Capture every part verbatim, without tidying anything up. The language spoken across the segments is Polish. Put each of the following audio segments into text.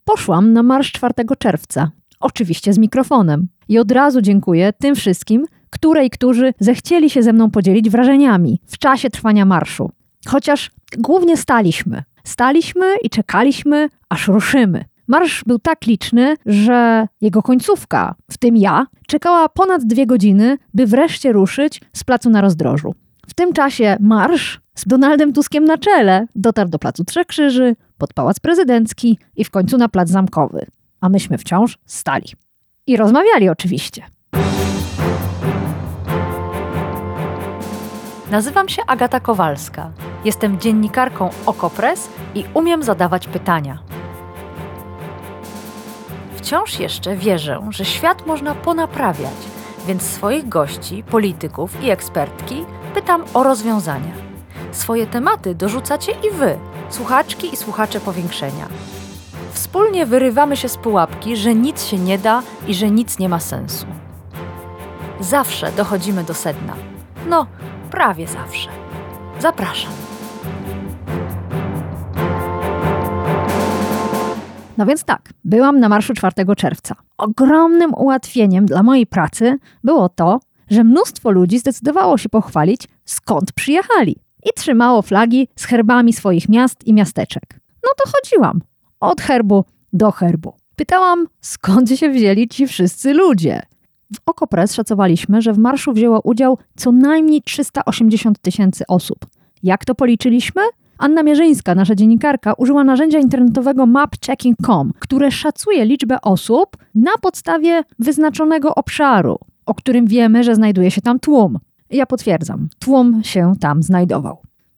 poszłam na marsz czwartego czerwca. Oczywiście z mikrofonem. I od razu dziękuję tym wszystkim, które i którzy zechcieli się ze mną podzielić wrażeniami w czasie trwania marszu. Chociaż głównie staliśmy. Staliśmy i czekaliśmy, aż ruszymy. Marsz był tak liczny, że jego końcówka, w tym ja, czekała ponad dwie godziny, by wreszcie ruszyć z placu na Rozdrożu. W tym czasie marsz z Donaldem Tuskiem na czele dotarł do placu Trzech Krzyży, pod Pałac Prezydencki i w końcu na Plac Zamkowy. A myśmy wciąż stali. I rozmawiali oczywiście. Nazywam się Agata Kowalska. Jestem dziennikarką Okopres i umiem zadawać pytania. Wciąż jeszcze wierzę, że świat można ponaprawiać, więc swoich gości, polityków i ekspertki pytam o rozwiązania. Swoje tematy dorzucacie i wy, słuchaczki i słuchacze Powiększenia. Wspólnie wyrywamy się z pułapki, że nic się nie da i że nic nie ma sensu. Zawsze dochodzimy do sedna. No, prawie zawsze. Zapraszam. No więc tak, byłam na marszu czwartego czerwca. Ogromnym ułatwieniem dla mojej pracy było to, że mnóstwo ludzi zdecydowało się pochwalić, skąd przyjechali i trzymało flagi z herbami swoich miast i miasteczek. No to chodziłam od herbu do herbu. Pytałam, skąd się wzięli ci wszyscy ludzie. W Okopres szacowaliśmy, że w marszu wzięło udział co najmniej trzysta osiemdziesiąt tysięcy osób. Jak to policzyliśmy? Anna Mierzyńska, nasza dziennikarka, użyła narzędzia internetowego map checking kropka com, które szacuje liczbę osób na podstawie wyznaczonego obszaru, o którym wiemy, że znajduje się tam tłum. Ja potwierdzam, tłum się tam znajdował.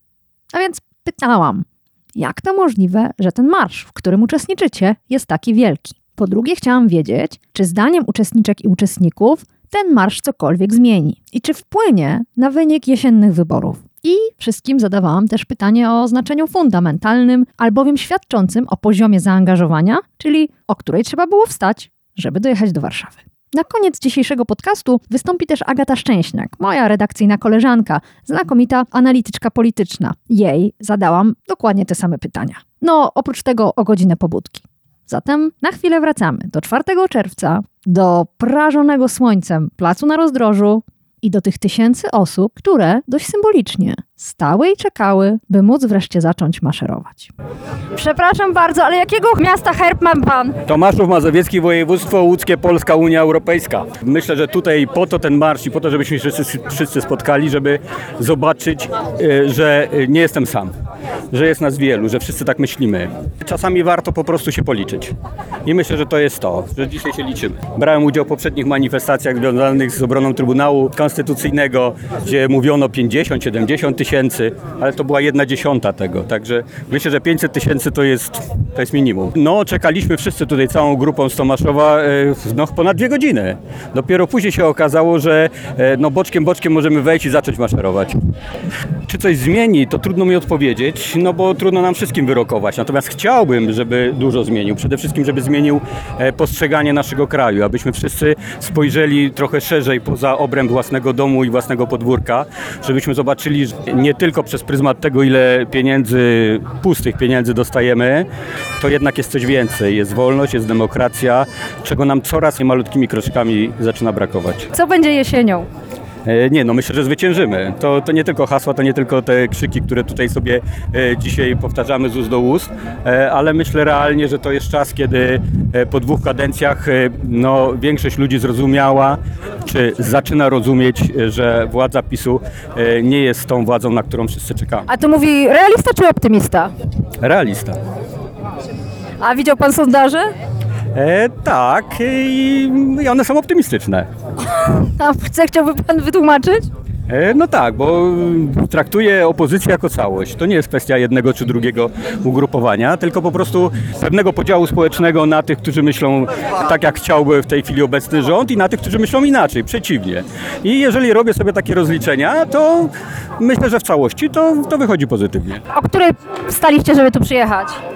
A więc pytałam, jak to możliwe, że ten marsz, w którym uczestniczycie, jest taki wielki? Po drugie, chciałam wiedzieć, czy zdaniem uczestniczek i uczestników ten marsz cokolwiek zmieni i czy wpłynie na wynik jesiennych wyborów. I wszystkim zadawałam też pytanie o znaczeniu fundamentalnym, albowiem świadczącym o poziomie zaangażowania, czyli o której trzeba było wstać, żeby dojechać do Warszawy. Na koniec dzisiejszego podcastu wystąpi też Agata Szczęśniak, moja redakcyjna koleżanka, znakomita analityczka polityczna. Jej zadałam dokładnie te same pytania. No, oprócz tego o godzinę pobudki. Zatem na chwilę wracamy do czwartego czerwca, do prażonego słońcem Placu na Rozdrożu i do tych tysięcy osób, które dość symbolicznie stały i czekały, by móc wreszcie zacząć maszerować. Przepraszam bardzo, ale jakiego miasta herb ma pan? Tomaszów Mazowiecki, województwo łódzkie, Polska, Unia Europejska. Myślę, że tutaj po to ten marsz i po to, żebyśmy się wszyscy, wszyscy spotkali, żeby zobaczyć, że nie jestem sam, że jest nas wielu, że wszyscy tak myślimy. Czasami warto po prostu się policzyć. I myślę, że to jest to, że dzisiaj się liczymy. Brałem udział w poprzednich manifestacjach związanych z obroną Trybunału Konstytucyjnego, gdzie mówiono pięćdziesiąt siedemdziesiąt tysięcy, ale to była jedna dziesiąta tego. Także myślę, że pięćset tysięcy to jest, to jest minimum. No, czekaliśmy wszyscy tutaj całą grupą z Tomaszowa no, ponad dwie godziny. Dopiero później się okazało, że no, boczkiem, boczkiem możemy wejść i zacząć maszerować. Czy coś zmieni, to trudno mi odpowiedzieć, no bo trudno nam wszystkim wyrokować. Natomiast chciałbym, żeby dużo zmienił. Przede wszystkim, żeby zmienił postrzeganie naszego kraju, abyśmy wszyscy spojrzeli trochę szerzej poza obręb własnego domu i własnego podwórka, żebyśmy zobaczyli, że nie tylko przez pryzmat tego, ile pieniędzy, pustych pieniędzy dostajemy, to jednak jest coś więcej. Jest wolność, jest demokracja, czego nam coraz malutkimi kroczkami zaczyna brakować. Co będzie jesienią? Nie, no myślę, że zwyciężymy. To, to nie tylko hasła, to nie tylko te krzyki, które tutaj sobie e, dzisiaj powtarzamy z ust do ust, e, ale myślę realnie, że to jest czas, kiedy e, po dwóch kadencjach e, no, większość ludzi zrozumiała, czy zaczyna rozumieć, e, że władza PiSu e, nie jest tą władzą, na którą wszyscy czekamy. A to mówi realista czy optymista? Realista. A widział pan sondaże? E, tak, i, i one są optymistyczne. A chce, chciałby pan wytłumaczyć? E, no tak, bo traktuję opozycję jako całość. To nie jest kwestia jednego czy drugiego ugrupowania, tylko po prostu pewnego podziału społecznego na tych, którzy myślą tak, jak chciałby w tej chwili obecny rząd, i na tych, którzy myślą inaczej, przeciwnie. I jeżeli robię sobie takie rozliczenia, to myślę, że w całości to, to wychodzi pozytywnie. O której wstaliście, żeby tu przyjechać?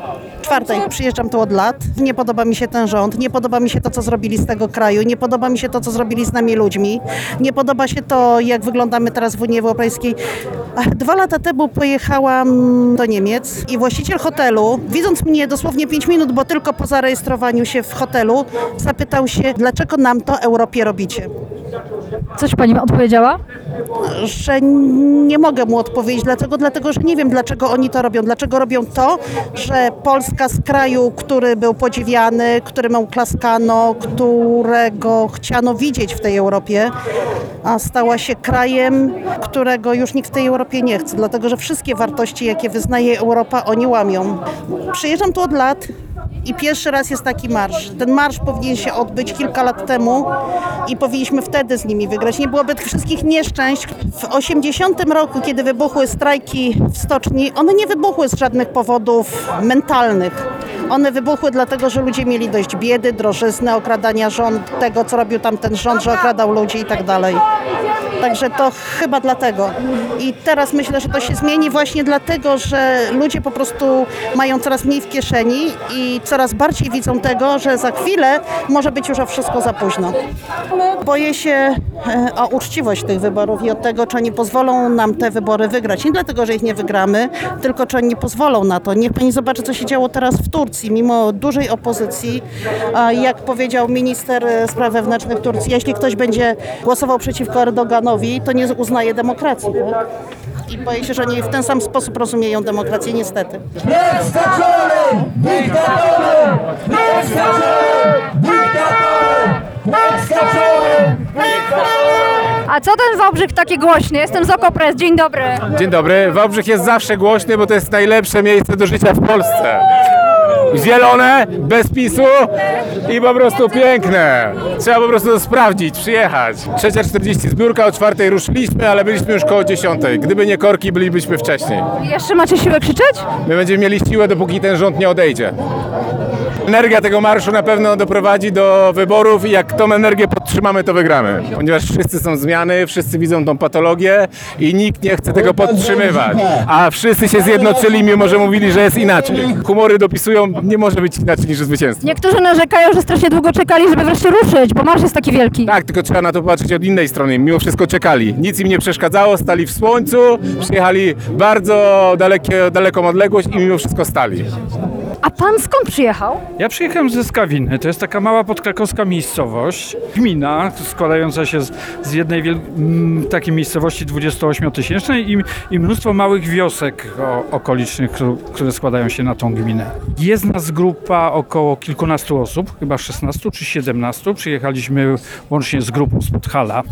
czwartej. Przyjeżdżam tu od lat. Nie podoba mi się ten rząd, nie podoba mi się to, co zrobili z tego kraju, nie podoba mi się to, co zrobili z nami ludźmi, nie podoba się to, jak wyglądamy teraz w Unii Europejskiej. Dwa lata temu pojechałam do Niemiec i właściciel hotelu, widząc mnie dosłownie pięć minut, bo tylko po zarejestrowaniu się w hotelu, zapytał się, dlaczego nam to Europie robicie. Coś pani odpowiedziała? Że nie mogę mu odpowiedzieć. Dlaczego? Dlatego, że nie wiem, dlaczego oni to robią. Dlaczego robią to, że Polska z kraju, który był podziwiany, któremu klaskano, którego chciano widzieć w tej Europie, a stała się krajem, którego już nikt w tej Europie nie chce. Dlatego, że wszystkie wartości, jakie wyznaje Europa, oni łamią. Przyjeżdżam tu od lat i pierwszy raz jest taki marsz. Ten marsz powinien się odbyć kilka lat temu i powinniśmy wtedy z nimi wygrać. Nie byłoby tych wszystkich nieszczęść. W osiemdziesiątym roku, kiedy wybuchły strajki w stoczni, one nie wybuchły z żadnych powodów mentalnych. One wybuchły dlatego, że ludzie mieli dość biedy, drożyzny, okradania rząd, tego, co robił tamten rząd, że okradał ludzi i tak dalej. Także to chyba dlatego. I teraz myślę, że to się zmieni właśnie dlatego, że ludzie po prostu mają coraz mniej w kieszeni i coraz bardziej widzą tego, że za chwilę może być już o wszystko za późno. Boję się o uczciwość tych wyborów i od tego, czy oni pozwolą nam te wybory wygrać. Nie dlatego, że ich nie wygramy, tylko czy oni nie pozwolą na to. Niech pani zobaczy, co się działo teraz w Turcji. Mimo dużej opozycji, jak powiedział minister spraw wewnętrznych Turcji, jeśli ktoś będzie głosował przeciwko Erdoganowi, to nie uznaje demokracji. Tak? I boję się, że oni w ten sam sposób rozumieją demokrację, niestety. Dyktatorem! Dyktatorem! Dyktatorem! Dyktatorem! Dyktatorem! A co ten Wałbrzych taki głośny? Jestem z Okopres, dzień dobry. Dzień dobry. Wałbrzych jest zawsze głośny, bo to jest najlepsze miejsce do życia w Polsce. Zielone, bez PiSu i po prostu piękne. Trzeba po prostu to sprawdzić, przyjechać. Trzecia czterdzieści zbiórka, o czwartej ruszyliśmy, ale byliśmy już koło dziesiątej. Gdyby nie korki, bylibyśmy wcześniej. Jeszcze macie siłę krzyczeć? My będziemy mieli siłę, dopóki ten rząd nie odejdzie. Energia tego marszu na pewno doprowadzi do wyborów i jak tą energię podtrzymamy, to wygramy. Ponieważ wszyscy są zmiany, wszyscy widzą tą patologię i nikt nie chce tego podtrzymywać. A wszyscy się zjednoczyli, mimo że mówili, że jest inaczej. Humory dopisują, nie może być inaczej niż zwycięstwo. Niektórzy narzekają, że strasznie długo czekali, żeby wreszcie ruszyć, bo marsz jest taki wielki. Tak, tylko trzeba na to patrzeć od innej strony. Mimo wszystko czekali. Nic im nie przeszkadzało, stali w słońcu, przyjechali bardzo dalekie, daleką odległość i mimo wszystko stali. A pan skąd przyjechał? Ja przyjechałem ze Skawiny. To jest taka mała podkrakowska miejscowość, gmina składająca się z, z jednej wiel- m, takiej miejscowości dwudziestoośmiotysięcznej i, i mnóstwo małych wiosek o, okolicznych, które, które składają się na tą gminę. Jest nas grupa około kilkunastu osób, chyba szesnastu czy siedemnastu. Przyjechaliśmy łącznie z grupą z Podhala.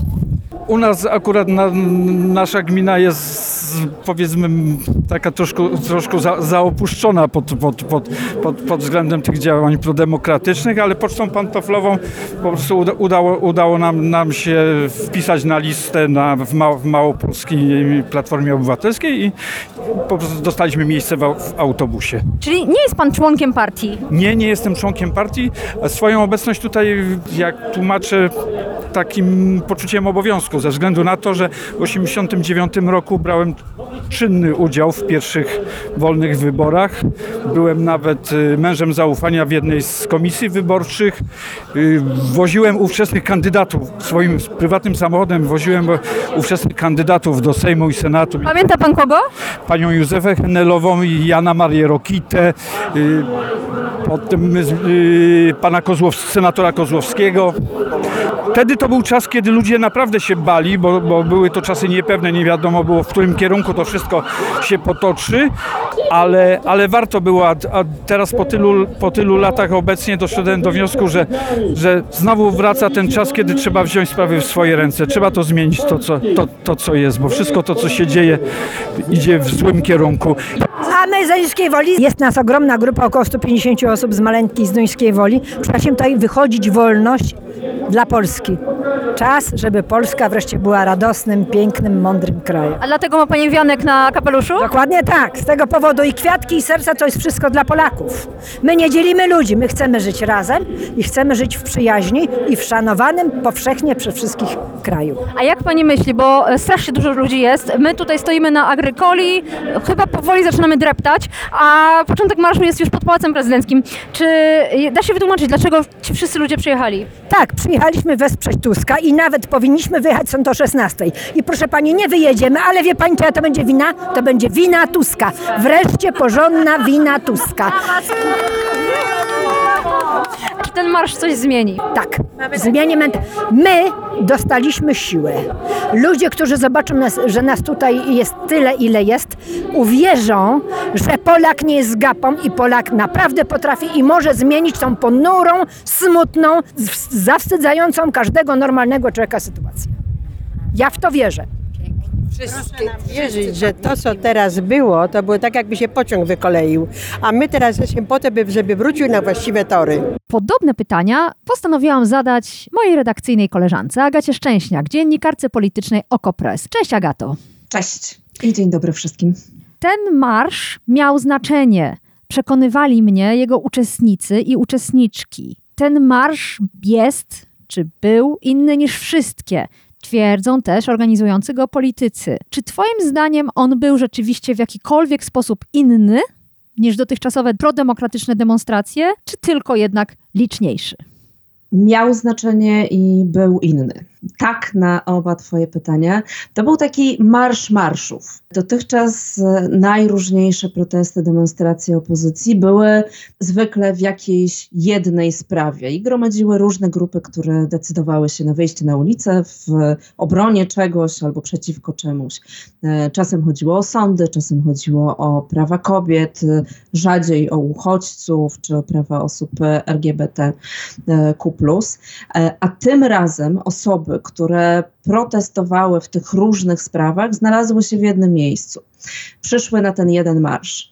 U nas akurat na, nasza gmina jest, powiedzmy, taka troszkę, troszkę za, zaopuszczona pod, pod, pod, pod, pod względem tych działań prodemokratycznych, ale pocztą pantoflową po prostu uda, udało, udało nam, nam się wpisać na listę na, w, ma, w Małopolskiej Platformie Obywatelskiej i po prostu dostaliśmy miejsce w, w autobusie. Czyli nie jest pan członkiem partii? Nie, nie jestem członkiem partii, a swoją obecność tutaj, jak tłumaczę, takim poczuciem obowiązku, ze względu na to, że w osiemdziesiątym dziewiątym roku brałem czynny udział w pierwszych wolnych wyborach. Byłem nawet mężem zaufania w jednej z komisji wyborczych. Woziłem ówczesnych kandydatów, swoim prywatnym samochodem woziłem ówczesnych kandydatów do Sejmu i Senatu. Pamięta pan kogo? Panią Józefę Henelową i Jana Marię Rokitę, potem pana Kozłow- senatora Kozłowskiego. Wtedy to był czas, kiedy ludzie naprawdę się bali, bo, bo były to czasy niepewne, nie wiadomo było, w którym kierunku to wszystko się potoczy, ale, ale warto było, a, a teraz po tylu, po tylu latach obecnie doszedłem do wniosku, że, że znowu wraca ten czas, kiedy trzeba wziąć sprawy w swoje ręce. Trzeba to zmienić, to co, to, to, co jest, bo wszystko to, co się dzieje, idzie w złym kierunku. A my z Duńskiej Woli, jest nas ogromna grupa, około stu pięćdziesięciu osób z Maleńki, z Duńskiej Woli. Trzeba się tutaj wychodzić wolność dla Polski. Czas, żeby Polska wreszcie była radosnym, pięknym, mądrym krajem. A dlatego ma pani wianek na kapeluszu? Dokładnie tak. Z tego powodu i kwiatki, i serca to jest wszystko dla Polaków. My nie dzielimy ludzi, my chcemy żyć razem i chcemy żyć w przyjaźni i w szanowanym powszechnie przez wszystkich kraju. A jak pani myśli, bo e, strasznie dużo ludzi jest, my tutaj stoimy na Agrykoli, chyba powoli zaczynamy dreptać, a początek marszu jest już pod Pałacem Prezydenckim. Czy e, da się wytłumaczyć, dlaczego ci wszyscy ludzie przyjechali? Tak, przyjechaliśmy wesprzeć Tuska i nawet powinniśmy wyjechać stąd o szesnastej. I proszę pani, nie wyjedziemy, ale wie pani, czyja to będzie wina? To będzie wina Tuska. Wreszcie porządna wina Tuska. Czy ten marsz coś zmieni? Tak, zmieni ment. My dostaliśmy siłę. Ludzie, którzy zobaczą nas, że nas tutaj jest tyle, ile jest, uwierzą, że Polak nie jest gapą i Polak naprawdę potrafi i może zmienić tą ponurą, smutną, zawstydzającą każdego normalnego człowieka sytuację. Ja w to wierzę. Wszyscy wierzyć, że to, co teraz było, to było tak, jakby się pociąg wykoleił. A my teraz jesteśmy po to, żeby wrócił na właściwe tory. Podobne pytania postanowiłam zadać mojej redakcyjnej koleżance Agacie Szczęśniak, dziennikarce politycznej Okopres. Cześć Agato. Cześć i dzień dobry wszystkim. Ten marsz miał znaczenie. Przekonywali mnie jego uczestnicy i uczestniczki. Ten marsz jest, czy był, inny niż wszystkie. Twierdzą też organizujący go politycy. Czy twoim zdaniem on był rzeczywiście w jakikolwiek sposób inny niż dotychczasowe prodemokratyczne demonstracje, czy tylko jednak liczniejszy? Miał znaczenie i był inny. Tak na oba twoje pytania. To był taki marsz marszów. Dotychczas najróżniejsze protesty, demonstracje opozycji były zwykle w jakiejś jednej sprawie i gromadziły różne grupy, które decydowały się na wyjście na ulicę w obronie czegoś albo przeciwko czemuś. Czasem chodziło o sądy, czasem chodziło o prawa kobiet, rzadziej o uchodźców czy o prawa osób L G B T Q plus. A tym razem osoby, które protestowały w tych różnych sprawach, znalazły się w jednym miejscu. Przyszły na ten jeden marsz.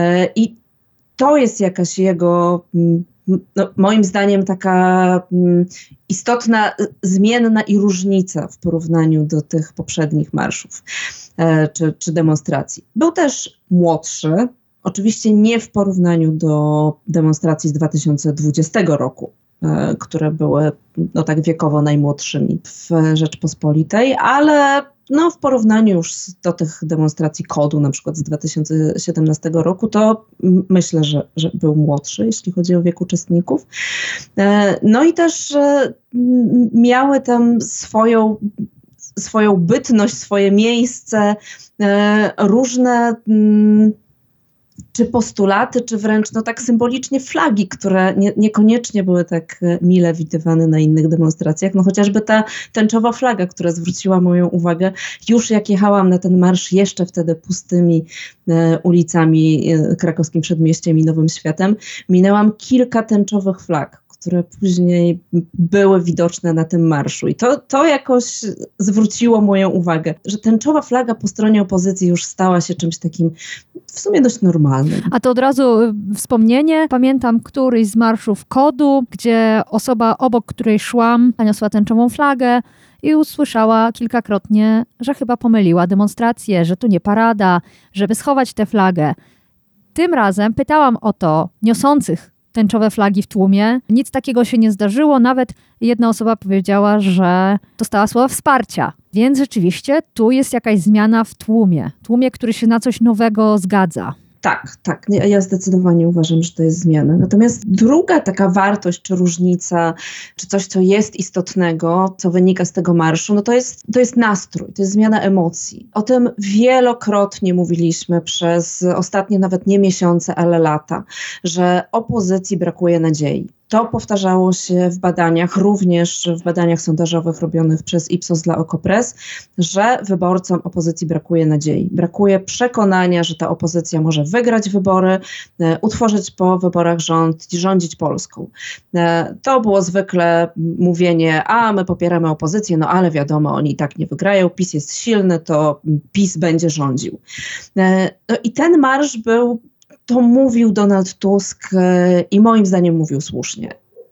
I to jest jakaś jego, no, moim zdaniem, taka istotna zmienna i różnica w porównaniu do tych poprzednich marszów czy, czy demonstracji. Był też młodszy, oczywiście nie w porównaniu do demonstracji z dwa tysiące dwudziestego roku, które były no, tak wiekowo najmłodszymi w Rzeczpospolitej, ale no, w porównaniu już do tych demonstracji KOD-u, na przykład z dwa tysiące siedemnastego roku, to myślę, że, że był młodszy, jeśli chodzi o wiek uczestników. No i też miały tam swoją, swoją bytność, swoje miejsce, różne czy postulaty, czy wręcz no tak symbolicznie flagi, które nie, niekoniecznie były tak mile widywane na innych demonstracjach. No chociażby ta tęczowa flaga, która zwróciła moją uwagę już jak jechałam na ten marsz jeszcze wtedy pustymi e, ulicami, e, krakowskim przedmieściem i Nowym Światem, minęłam kilka tęczowych flag, które później były widoczne na tym marszu. I to, to jakoś zwróciło moją uwagę, że tęczowa flaga po stronie opozycji już stała się czymś takim w sumie dość normalnym. A to od razu wspomnienie. Pamiętam któryś z marszów KOD-u, gdzie osoba obok której szłam niosła tęczową flagę i usłyszała kilkakrotnie, że chyba pomyliła demonstrację, że tu nie parada, żeby schować tę flagę. Tym razem pytałam o to niosących tęczowe flagi w tłumie. Nic takiego się nie zdarzyło. Nawet jedna osoba powiedziała, że dostała słowa wsparcia. Więc rzeczywiście tu jest jakaś zmiana w tłumie. Tłumie, który się na coś nowego zgadza. Tak, tak. Ja zdecydowanie uważam, że to jest zmiana. Natomiast druga taka wartość, czy różnica, czy coś, co jest istotnego, co wynika z tego marszu, no to jest, to jest nastrój, to jest zmiana emocji. O tym wielokrotnie mówiliśmy przez ostatnie nawet nie miesiące, ale lata, że opozycji brakuje nadziei. To powtarzało się w badaniach, również w badaniach sondażowych robionych przez Ipsos dla Okopres, że wyborcom opozycji brakuje nadziei. Brakuje przekonania, że ta opozycja może wygrać wybory, e, utworzyć po wyborach rząd i rządzić Polską. E, to było zwykle mówienie, a my popieramy opozycję, no ale wiadomo, oni i tak nie wygrają, PiS jest silny, to PiS będzie rządził. E, no i ten marsz był To mówił Donald Tusk i moim zdaniem mówił słusznie.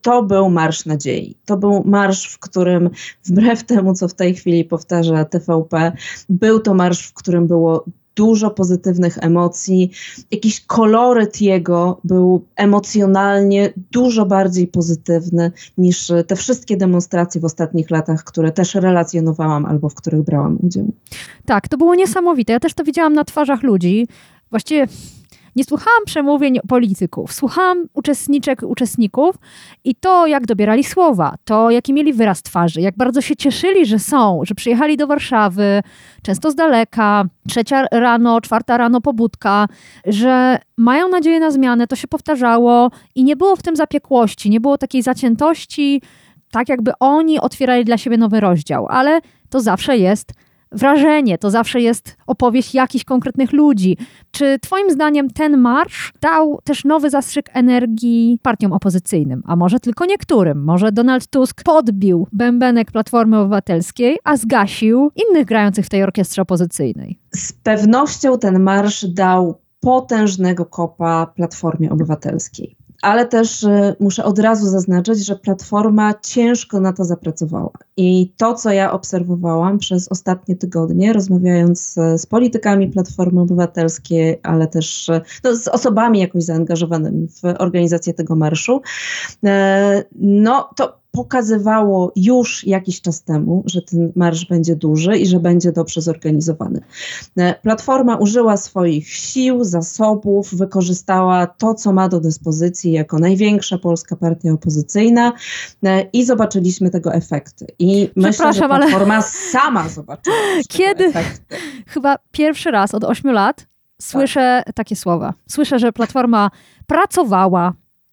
to był Marsz Nadziei. To był marsz, w którym wbrew temu, co w tej chwili powtarza T V P, był to marsz, w którym było dużo pozytywnych emocji. Jakiś koloryt jego był emocjonalnie dużo bardziej pozytywny niż te wszystkie demonstracje w ostatnich latach, które też relacjonowałam albo w których brałam udział. Tak, to było niesamowite. Ja też to widziałam na twarzach ludzi. Właściwie nie słuchałam przemówień polityków, słuchałam uczestniczek, uczestników i to, jak dobierali słowa, to, jaki mieli wyraz twarzy, jak bardzo się cieszyli, że są, że przyjechali do Warszawy, często z daleka, trzecia rano, czwarta rano pobudka, że mają nadzieję na zmianę, to się powtarzało i nie było w tym zapiekłości, nie było takiej zaciętości, tak jakby oni otwierali dla siebie nowy rozdział, ale to zawsze jest wrażenie, to zawsze jest opowieść jakichś konkretnych ludzi. Czy twoim zdaniem ten marsz dał też nowy zastrzyk energii partiom opozycyjnym? A może tylko niektórym? Może Donald Tusk podbił bębenek Platformy Obywatelskiej, a zgasił innych grających w tej orkiestrze opozycyjnej? Z pewnością ten marsz dał potężnego kopa Platformie Obywatelskiej. Ale też y, muszę od razu zaznaczyć, że Platforma ciężko na to zapracowała. I to, co ja obserwowałam przez ostatnie tygodnie, rozmawiając z, z politykami Platformy Obywatelskiej, ale też y, no, z osobami jakoś zaangażowanymi w organizację tego marszu, y, no to pokazywało już jakiś czas temu, że ten marsz będzie duży i że będzie dobrze zorganizowany. Platforma użyła swoich sił, zasobów, wykorzystała to, co ma do dyspozycji jako największa polska partia opozycyjna i zobaczyliśmy tego efekty. I myślę, że Platforma ale... sama zobaczyła Kiedy? Tego efekty. Chyba pierwszy raz od ośmiu lat słyszę tak. takie słowa. Słyszę, że Platforma pracowała,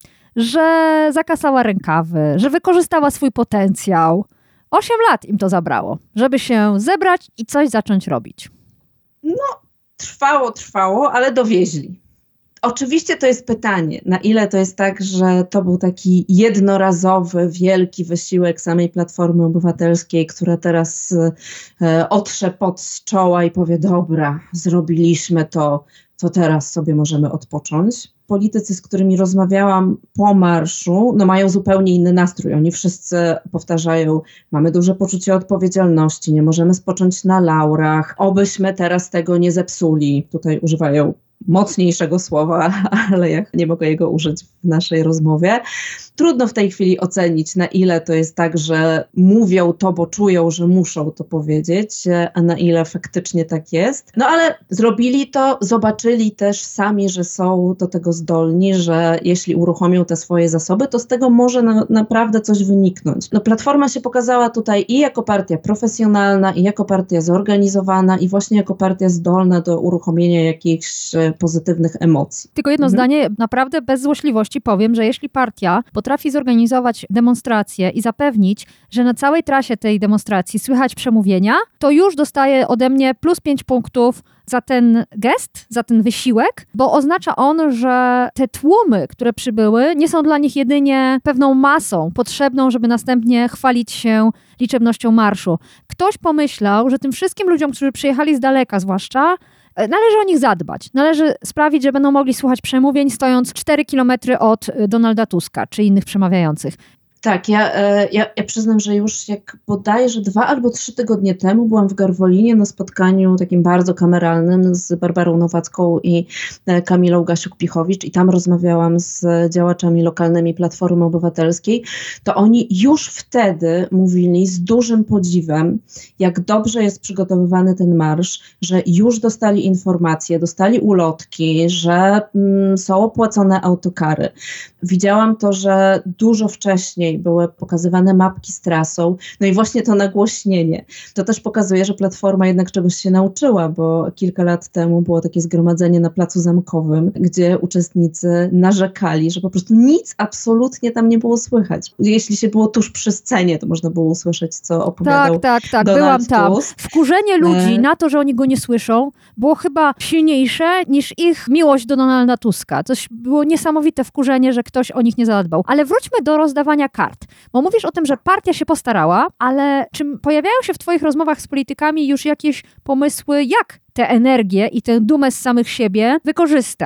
że zakasała rękawy, że wykorzystała swój potencjał. Osiem lat im to zabrało, żeby się zebrać i coś zacząć robić. No, trwało, trwało, ale dowieźli. Oczywiście to jest pytanie, na ile to jest tak, że to był taki jednorazowy, wielki wysiłek samej Platformy Obywatelskiej, która teraz e, otrze pot z czoła i powie, dobra, zrobiliśmy to, to teraz sobie możemy odpocząć. Politycy, z którymi rozmawiałam po marszu, no mają zupełnie inny nastrój. Oni wszyscy powtarzają, mamy duże poczucie odpowiedzialności, nie możemy spocząć na laurach, obyśmy teraz tego nie zepsuli. Tutaj używają mocniejszego słowa, ale ja nie mogę jego użyć w naszej rozmowie. Trudno w tej chwili ocenić, na ile to jest tak, że mówią to, bo czują, że muszą to powiedzieć, a na ile faktycznie tak jest. No ale zrobili to, zobaczyli też sami, że są do tego zdolni, że jeśli uruchomią te swoje zasoby, to z tego może na, naprawdę coś wyniknąć. No Platforma się pokazała tutaj i jako partia profesjonalna, i jako partia zorganizowana, i właśnie jako partia zdolna do uruchomienia jakichś pozytywnych emocji. Tylko jedno mhm. zdanie, naprawdę bez złośliwości powiem, że jeśli partia potrafi zorganizować demonstrację i zapewnić, że na całej trasie tej demonstracji słychać przemówienia, to już dostaje ode mnie plus pięć punktów za ten gest, za ten wysiłek, bo oznacza on, że te tłumy, które przybyły, nie są dla nich jedynie pewną masą potrzebną, żeby następnie chwalić się liczebnością marszu. Ktoś pomyślał, że tym wszystkim ludziom, którzy przyjechali z daleka zwłaszcza, należy o nich zadbać. Należy sprawić, że będą mogli słuchać przemówień, stojąc cztery kilometry od Donalda Tuska czy innych przemawiających. Tak, ja, ja, ja przyznam, że już jak bodajże dwa albo trzy tygodnie temu byłam w Garwolinie na spotkaniu takim bardzo kameralnym z Barbarą Nowacką i Kamilą Gasiuk-Pichowicz i tam rozmawiałam z działaczami lokalnymi Platformy Obywatelskiej, to oni już wtedy mówili z dużym podziwem, jak dobrze jest przygotowywany ten marsz, że już dostali informacje, dostali ulotki, że mm, są opłacone autokary. Widziałam to, że dużo wcześniej były pokazywane mapki z trasą, no i właśnie to nagłośnienie. To też pokazuje, że Platforma jednak czegoś się nauczyła, bo kilka lat temu było takie zgromadzenie na Placu Zamkowym, gdzie uczestnicy narzekali, że po prostu nic absolutnie tam nie było słychać. Jeśli się było tuż przy scenie, to można było usłyszeć, co opowiadał Tak, tak, tak, Donald byłam tam. Tusk. Wkurzenie ludzi e... na to, że oni go nie słyszą, było chyba silniejsze niż ich miłość do Donalda Tuska. Coś było niesamowite wkurzenie, że ktoś o nich nie zadbał. Ale wróćmy do rozdawania kart. Bo mówisz o tym, że partia się postarała, ale czy pojawiają się w twoich rozmowach z politykami już jakieś pomysły, jak tę energię i tę dumę z samych siebie wykorzystać?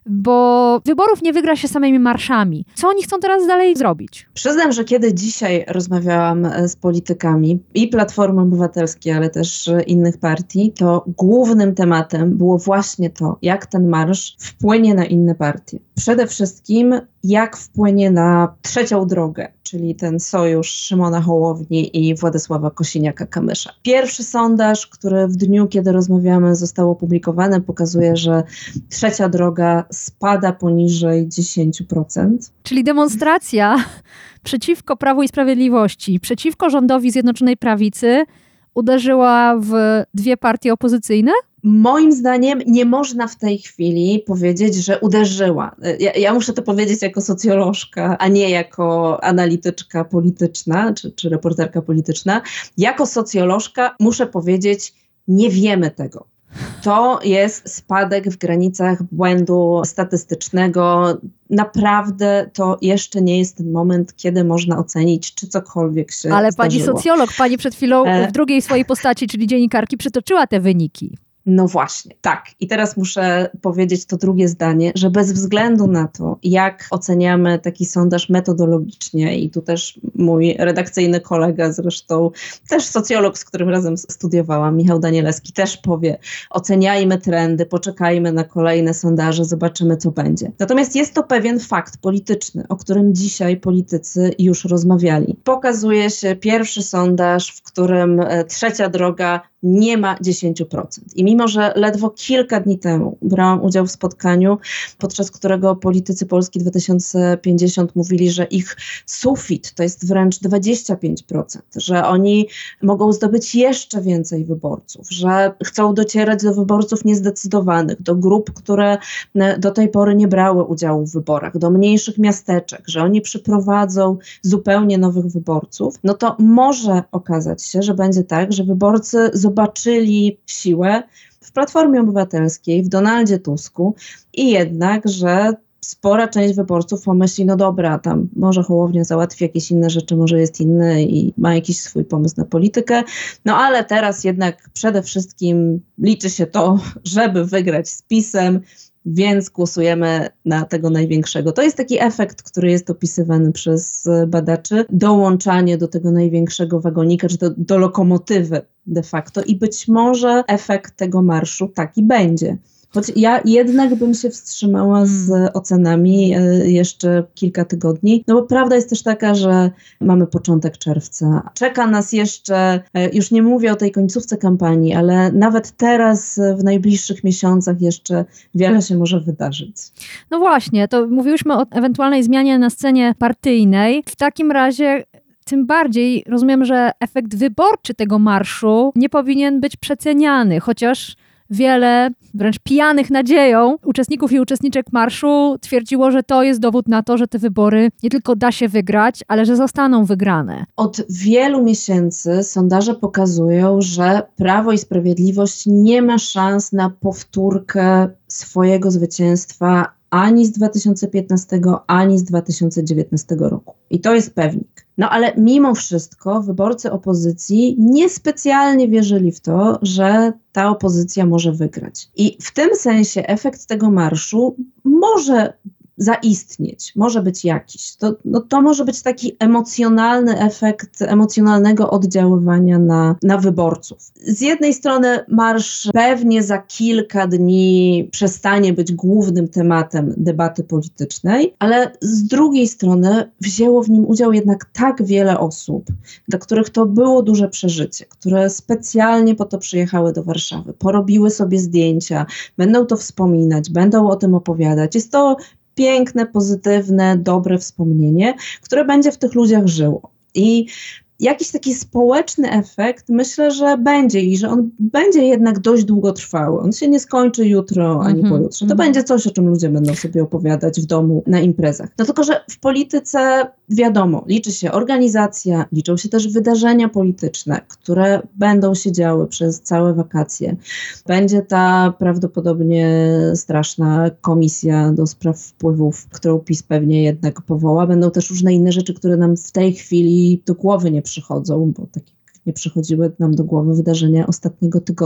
bo wyborów nie wygra się samymi marszami. Co oni chcą teraz dalej zrobić? Przyznam, że kiedy dzisiaj rozmawiałam z politykami i Platformy Obywatelskiej, ale też innych partii, to głównym tematem było właśnie to, jak ten marsz wpłynie na inne partie. Przede wszystkim, jak wpłynie na trzecią drogę, czyli ten sojusz Szymona Hołowni i Władysława Kosiniaka-Kamysza. Pierwszy sondaż, który w dniu, kiedy rozmawiamy, został opublikowany, pokazuje, że trzecia droga spada poniżej dziesięć procent. Czyli demonstracja przeciwko Prawu i Sprawiedliwości, przeciwko rządowi Zjednoczonej Prawicy uderzyła w dwie partie opozycyjne? Moim zdaniem nie można w tej chwili powiedzieć, że uderzyła. Ja, ja muszę to powiedzieć jako socjolożka, a nie jako analityczka polityczna czy, czy reporterka polityczna. Jako socjolożka muszę powiedzieć, nie wiemy tego. To jest spadek w granicach błędu statystycznego. Naprawdę to jeszcze nie jest ten moment, kiedy można ocenić, czy cokolwiek się Ale zdarzyło. pani socjolog, pani przed chwilą w drugiej swojej postaci, czyli dziennikarki, przytoczyła te wyniki. No właśnie, tak. I teraz muszę powiedzieć to drugie zdanie, że bez względu na to, jak oceniamy taki sondaż metodologicznie, i tu też mój redakcyjny kolega, zresztą też socjolog, z którym razem studiowałam, Michał Danielewski, też powie, oceniajmy trendy, poczekajmy na kolejne sondaże, zobaczymy, co będzie. Natomiast jest to pewien fakt polityczny, o którym dzisiaj politycy już rozmawiali. Pokazuje się pierwszy sondaż, w którym trzecia droga nie ma dziesięć procent. I mimo, że ledwo kilka dni temu brałam udział w spotkaniu, podczas którego politycy Polski dwa tysiące pięćdziesiąt mówili, że ich sufit to jest wręcz dwadzieścia pięć procent, że oni mogą zdobyć jeszcze więcej wyborców, że chcą docierać do wyborców niezdecydowanych, do grup, które do tej pory nie brały udziału w wyborach, do mniejszych miasteczek, że oni przyprowadzą zupełnie nowych wyborców, no to może okazać się, że będzie tak, że wyborcy zobaczyli siłę w Platformie Obywatelskiej, w Donaldzie Tusku i jednak, że spora część wyborców pomyśli, no dobra, tam może Hołownia załatwi jakieś inne rzeczy, może jest inny i ma jakiś swój pomysł na politykę, no ale teraz jednak przede wszystkim liczy się to, żeby wygrać z PiS-em, więc głosujemy na tego największego. To jest taki efekt, który jest opisywany przez badaczy, dołączanie do tego największego wagonika, czy do, do lokomotywy de facto, i być może efekt tego marszu taki będzie. Choć ja jednak bym się wstrzymała z ocenami jeszcze kilka tygodni, no bo prawda jest też taka, że mamy początek czerwca. Czeka nas jeszcze, już nie mówię o tej końcówce kampanii, ale nawet teraz w najbliższych miesiącach jeszcze wiele się może wydarzyć. No właśnie, to mówiłyśmy o ewentualnej zmianie na scenie partyjnej. W takim razie tym bardziej rozumiem, że efekt wyborczy tego marszu nie powinien być przeceniany, chociaż wiele, wręcz pijanych nadzieją, uczestników i uczestniczek marszu twierdziło, że to jest dowód na to, że te wybory nie tylko da się wygrać, ale że zostaną wygrane. Od wielu miesięcy sondaże pokazują, że Prawo i Sprawiedliwość nie ma szans na powtórkę swojego zwycięstwa ani z dwa tysiące piętnastego, ani z dwa tysiące dziewiętnastego roku. I to jest pewnik. No ale mimo wszystko wyborcy opozycji niespecjalnie wierzyli w to, że ta opozycja może wygrać. I w tym sensie efekt tego marszu może zaistnieć, może być jakiś. To, no, to może być taki emocjonalny efekt emocjonalnego oddziaływania na, na wyborców. Z jednej strony marsz pewnie za kilka dni przestanie być głównym tematem debaty politycznej, ale z drugiej strony wzięło w nim udział jednak tak wiele osób, dla których to było duże przeżycie, które specjalnie po to przyjechały do Warszawy, porobiły sobie zdjęcia, będą to wspominać, będą o tym opowiadać. Jest to piękne, pozytywne, dobre wspomnienie, które będzie w tych ludziach żyło. I jakiś taki społeczny efekt myślę, że będzie i że on będzie jednak dość długotrwały. On się nie skończy jutro ani mm-hmm. pojutrze. To mm-hmm. będzie coś, o czym ludzie będą sobie opowiadać w domu, na imprezach. No tylko, że w polityce wiadomo, liczy się organizacja, liczą się też wydarzenia polityczne, które będą się działy przez całe wakacje. Będzie ta prawdopodobnie straszna komisja do spraw wpływów, którą PiS pewnie jednak powoła. Będą też różne inne rzeczy, które nam w tej chwili do głowy nie przychodzą, bo tak jak nie przychodziły nam do głowy wydarzenia ostatniego tygodnia.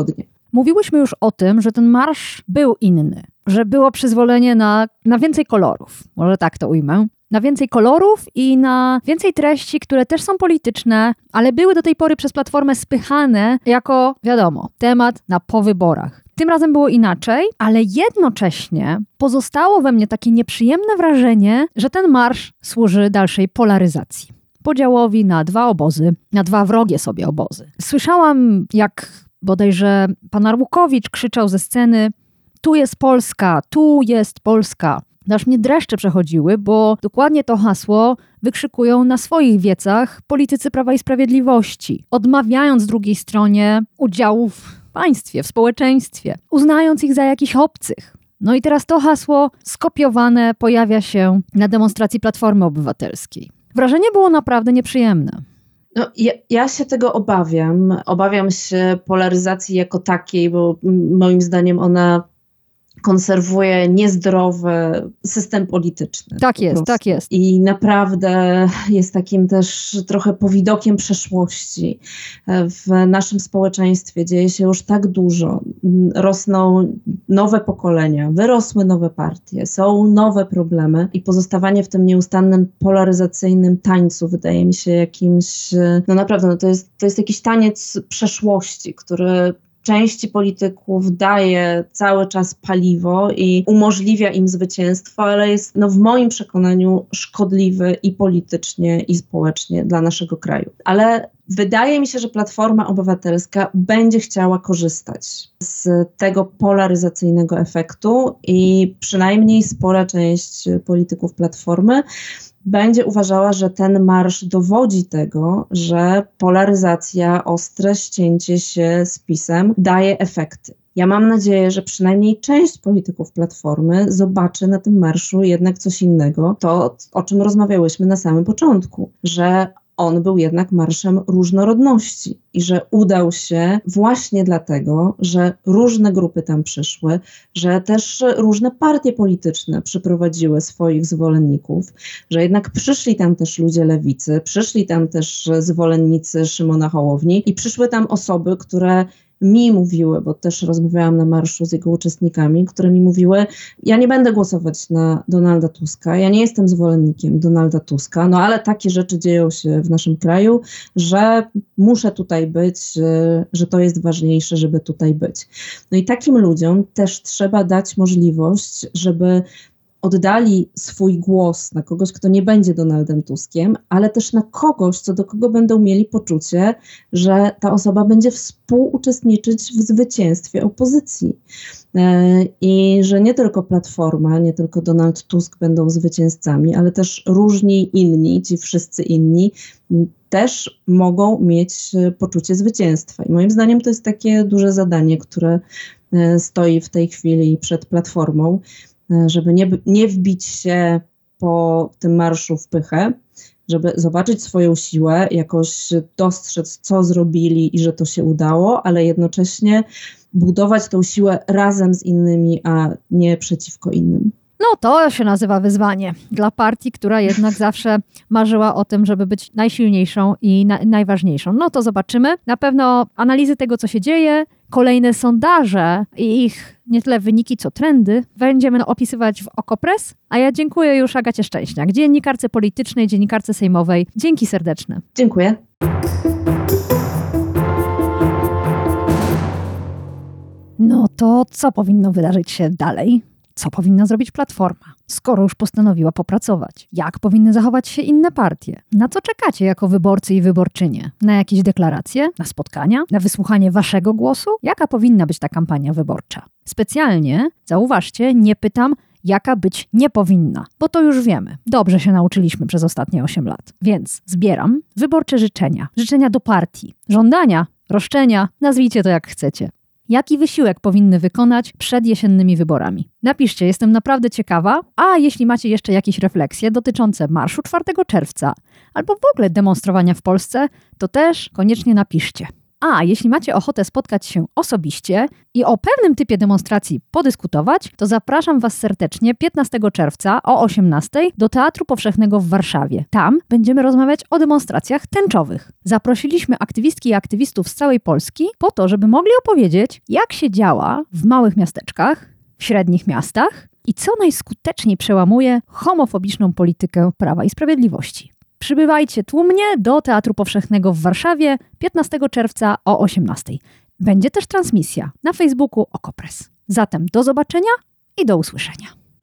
Mówiłyśmy już o tym, że ten marsz był inny, że było przyzwolenie na, na więcej kolorów, może tak to ujmę. Na więcej kolorów i na więcej treści, które też są polityczne, ale były do tej pory przez Platformę spychane jako, wiadomo, temat na po wyborach. Tym razem było inaczej, ale jednocześnie pozostało we mnie takie nieprzyjemne wrażenie, że ten marsz służy dalszej polaryzacji. Podziałowi na dwa obozy, na dwa wrogie sobie obozy. Słyszałam, jak bodajże pan Arłukowicz krzyczał ze sceny: tu jest Polska, tu jest Polska. Aż mnie dreszcze przechodziły, bo dokładnie to hasło wykrzykują na swoich wiecach politycy Prawa i Sprawiedliwości, odmawiając drugiej stronie udziału w państwie, w społeczeństwie, uznając ich za jakichś obcych. No i teraz to hasło skopiowane pojawia się na demonstracji Platformy Obywatelskiej. Wrażenie było naprawdę nieprzyjemne. No, ja, ja się tego obawiam. Obawiam się polaryzacji jako takiej, bo moim zdaniem ona konserwuje niezdrowy system polityczny. Tak jest, tak jest. I naprawdę jest takim też trochę powidokiem przeszłości. W naszym społeczeństwie dzieje się już tak dużo. Rosną nowe pokolenia, wyrosły nowe partie, są nowe problemy i pozostawanie w tym nieustannym polaryzacyjnym tańcu wydaje mi się jakimś, no naprawdę, no to jest, to jest jakiś taniec przeszłości, który części polityków daje cały czas paliwo i umożliwia im zwycięstwo, ale jest no, w moim przekonaniu szkodliwy i politycznie, i społecznie dla naszego kraju. Ale wydaje mi się, że Platforma Obywatelska będzie chciała korzystać z tego polaryzacyjnego efektu i przynajmniej spora część polityków Platformy będzie uważała, że ten marsz dowodzi tego, że polaryzacja, ostre ścięcie się z PiS-em daje efekty. Ja mam nadzieję, że przynajmniej część polityków Platformy zobaczy na tym marszu jednak coś innego. To, o czym rozmawiałyśmy na samym początku, że on był jednak marszem różnorodności i że udał się właśnie dlatego, że różne grupy tam przyszły, że też różne partie polityczne przyprowadziły swoich zwolenników, że jednak przyszli tam też ludzie lewicy, przyszli tam też zwolennicy Szymona Hołowni i przyszły tam osoby, które mi mówiły, bo też rozmawiałam na marszu z jego uczestnikami, które mi mówiły: ja nie będę głosować na Donalda Tuska, ja nie jestem zwolennikiem Donalda Tuska, no ale takie rzeczy dzieją się w naszym kraju, że muszę tutaj być, że to jest ważniejsze, żeby tutaj być. No i takim ludziom też trzeba dać możliwość, żeby oddali swój głos na kogoś, kto nie będzie Donaldem Tuskiem, ale też na kogoś, co do kogo będą mieli poczucie, że ta osoba będzie współuczestniczyć w zwycięstwie opozycji. I że nie tylko Platforma, nie tylko Donald Tusk będą zwycięzcami, ale też różni inni, ci wszyscy inni też mogą mieć poczucie zwycięstwa. I moim zdaniem to jest takie duże zadanie, które stoi w tej chwili przed Platformą, żeby nie, nie wbić się po tym marszu w pychę, żeby zobaczyć swoją siłę, jakoś dostrzec, co zrobili i że to się udało, ale jednocześnie budować tą siłę razem z innymi, a nie przeciwko innym. No to się nazywa wyzwanie dla partii, która jednak zawsze marzyła o tym, żeby być najsilniejszą i na, najważniejszą. No to zobaczymy. Na pewno analizy tego, co się dzieje, kolejne sondaże i ich nie tyle wyniki, co trendy będziemy opisywać w Okopres. A ja dziękuję już Agacie Szczęśniak, dziennikarce politycznej, dziennikarce sejmowej. Dzięki serdeczne. Dziękuję. No to co powinno wydarzyć się dalej? Co powinna zrobić Platforma, skoro już postanowiła popracować? Jak powinny zachować się inne partie? Na co czekacie jako wyborcy i wyborczynie? Na jakieś deklaracje? Na spotkania? Na wysłuchanie waszego głosu? Jaka powinna być ta kampania wyborcza? Specjalnie, zauważcie, nie pytam, jaka być nie powinna, bo to już wiemy. Dobrze się nauczyliśmy przez ostatnie osiem lat. Więc zbieram wyborcze życzenia. Życzenia do partii. Żądania, roszczenia, nazwijcie to jak chcecie. Jaki wysiłek powinny wykonać przed jesiennymi wyborami? Napiszcie, jestem naprawdę ciekawa, a jeśli macie jeszcze jakieś refleksje dotyczące marszu czwartego czerwca albo w ogóle demonstrowania w Polsce, to też koniecznie napiszcie. A jeśli macie ochotę spotkać się osobiście i o pewnym typie demonstracji podyskutować, to zapraszam Was serdecznie piętnastego czerwca o osiemnastej do Teatru Powszechnego w Warszawie. Tam będziemy rozmawiać o demonstracjach tęczowych. Zaprosiliśmy aktywistki i aktywistów z całej Polski po to, żeby mogli opowiedzieć, jak się działa w małych miasteczkach, w średnich miastach i co najskuteczniej przełamuje homofobiczną politykę Prawa i Sprawiedliwości. Przybywajcie tłumnie do Teatru Powszechnego w Warszawie piętnastego czerwca o osiemnastej. Będzie też transmisja na Facebooku Okopres. Zatem do zobaczenia i do usłyszenia.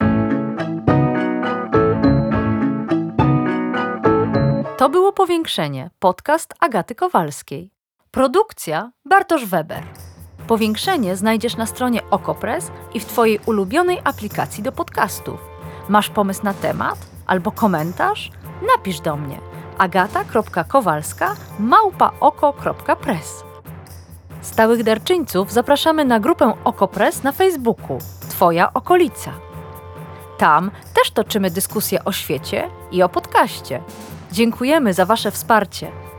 To było Powiększenie, podcast Agaty Kowalskiej. Produkcja Bartosz Weber. Powiększenie znajdziesz na stronie Okopres i w Twojej ulubionej aplikacji do podcastów. Masz pomysł na temat albo komentarz? Napisz do mnie agata kropka kowalska małpa oko kropka press. Stałych darczyńców zapraszamy na grupę Okopres na Facebooku Twoja okolica. Tam też toczymy dyskusje o świecie i o podcaście. Dziękujemy za Wasze wsparcie.